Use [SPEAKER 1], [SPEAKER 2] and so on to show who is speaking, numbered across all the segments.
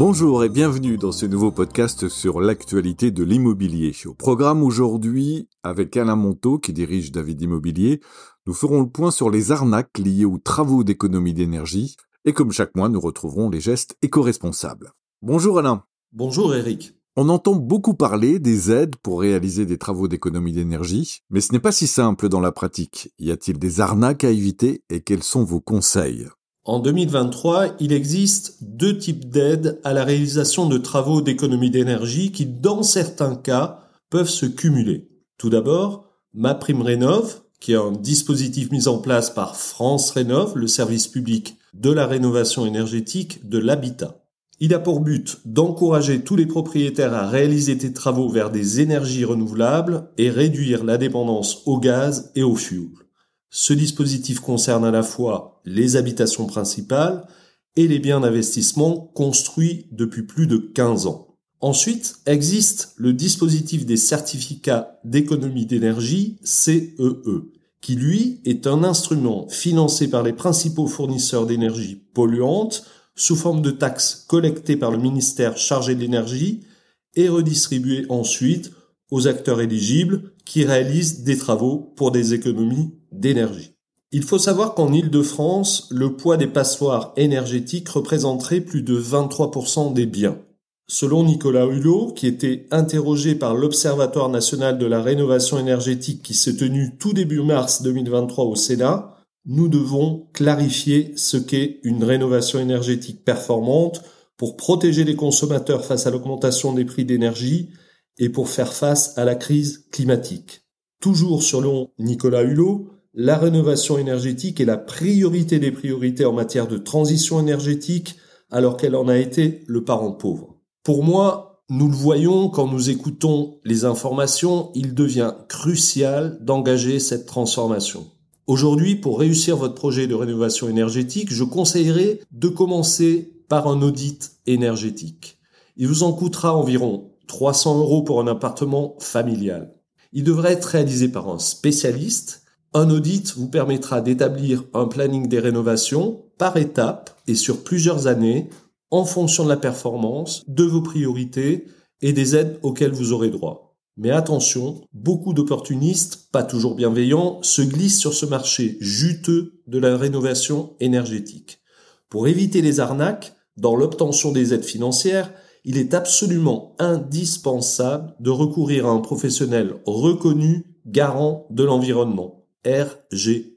[SPEAKER 1] Bonjour et bienvenue dans ce nouveau podcast sur l'actualité de l'immobilier. Au programme aujourd'hui, avec Alain Monteau qui dirige David Immobilier, nous ferons le point sur les arnaques liées aux travaux d'économie d'énergie et comme chaque mois, nous retrouverons les gestes éco-responsables. Bonjour Alain.
[SPEAKER 2] Bonjour Eric.
[SPEAKER 1] On entend beaucoup parler des aides pour réaliser des travaux d'économie d'énergie, mais ce n'est pas si simple dans la pratique. Y a-t-il des arnaques à éviter et quels sont vos conseils ?
[SPEAKER 2] En 2023, il existe deux types d'aides à la réalisation de travaux d'économie d'énergie qui, dans certains cas, peuvent se cumuler. Tout d'abord, MaPrimeRénov', qui est un dispositif mis en place par France Rénov', le service public de la rénovation énergétique de l'habitat. Il a pour but d'encourager tous les propriétaires à réaliser des travaux vers des énergies renouvelables et réduire la dépendance au gaz et au fioul. Ce dispositif concerne à la fois les habitations principales et les biens d'investissement construits depuis plus de 15 ans. Ensuite, existe le dispositif des certificats d'économie d'énergie, CEE, qui lui est un instrument financé par les principaux fournisseurs d'énergie polluante sous forme de taxes collectées par le ministère chargé de l'énergie et redistribuées ensuite aux acteurs éligibles qui réalisent des travaux pour des économies d'énergie. Il faut savoir qu'en Île-de-France, le poids des passoires énergétiques représenterait plus de 23% des biens. Selon Nicolas Hulot, qui était interrogé par l'Observatoire national de la rénovation énergétique qui s'est tenu tout début mars 2023 au Sénat, nous devons clarifier ce qu'est une rénovation énergétique performante pour protéger les consommateurs face à l'augmentation des prix d'énergie et pour faire face à la crise climatique. Toujours selon Nicolas Hulot, la rénovation énergétique est la priorité des priorités en matière de transition énergétique, alors qu'elle en a été le parent pauvre. Pour moi, nous le voyons quand nous écoutons les informations, il devient crucial d'engager cette transformation. Aujourd'hui, pour réussir votre projet de rénovation énergétique, je conseillerais de commencer par un audit énergétique. Il vous en coûtera environ 300 € pour un appartement familial. Il devrait être réalisé par un spécialiste. Un audit vous permettra d'établir un planning des rénovations par étapes et sur plusieurs années en fonction de la performance, de vos priorités et des aides auxquelles vous aurez droit. Mais attention, beaucoup d'opportunistes, pas toujours bienveillants, se glissent sur ce marché juteux de la rénovation énergétique. Pour éviter les arnaques, dans l'obtention des aides financières, il est absolument indispensable de recourir à un professionnel reconnu, garant de l'environnement, RGE.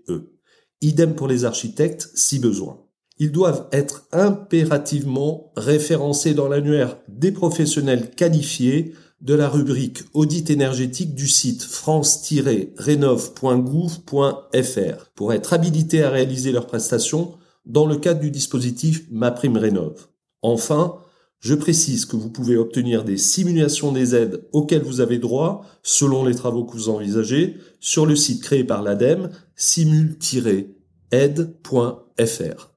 [SPEAKER 2] Idem pour les architectes si besoin. Ils doivent être impérativement référencés dans l'annuaire des professionnels qualifiés de la rubrique audit énergétique du site france-renov.gouv.fr pour être habilités à réaliser leurs prestations dans le cadre du dispositif MaPrimeRénov'. Enfin, je précise que vous pouvez obtenir des simulations des aides auxquelles vous avez droit, selon les travaux que vous envisagez, sur le site créé par l'ADEME, simul-aide.fr.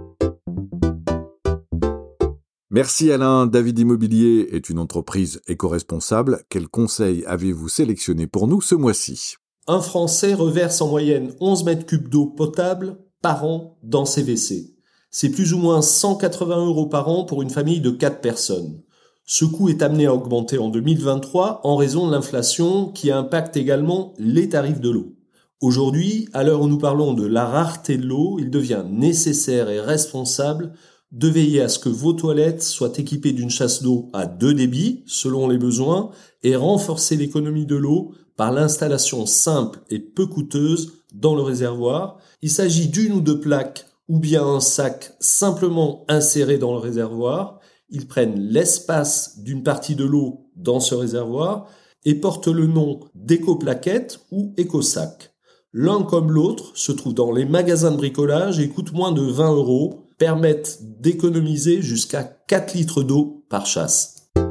[SPEAKER 1] Merci Alain. David Immobilier est une entreprise éco-responsable. Quels conseils avez-vous sélectionnés pour nous ce mois-ci ?
[SPEAKER 2] Un Français reverse en moyenne 11 mètres cubes d'eau potable par an dans ses WC. C'est plus ou moins 180 € par an pour une famille de 4 personnes. Ce coût est amené à augmenter en 2023 en raison de l'inflation qui impacte également les tarifs de l'eau. Aujourd'hui, à l'heure où nous parlons de la rareté de l'eau, il devient nécessaire et responsable de veiller à ce que vos toilettes soient équipées d'une chasse d'eau à 2 débits, selon les besoins, et renforcer l'économie de l'eau par l'installation simple et peu coûteuse dans le réservoir. Il s'agit d'une ou deux plaques ou bien un sac simplement inséré dans le réservoir. Ils prennent l'espace d'une partie de l'eau dans ce réservoir et portent le nom d'éco-plaquette ou éco-sac. L'un comme l'autre se trouve dans les magasins de bricolage et coûtent moins de 20 €, permettent d'économiser jusqu'à 4 litres d'eau par chasse.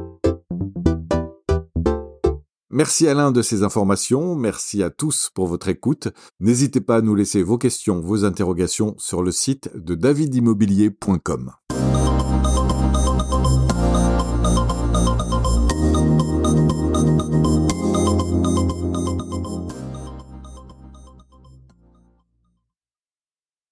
[SPEAKER 1] Merci Alain de ces informations, merci à tous pour votre écoute. N'hésitez pas à nous laisser vos questions, vos interrogations sur le site de davidimmobilier.com.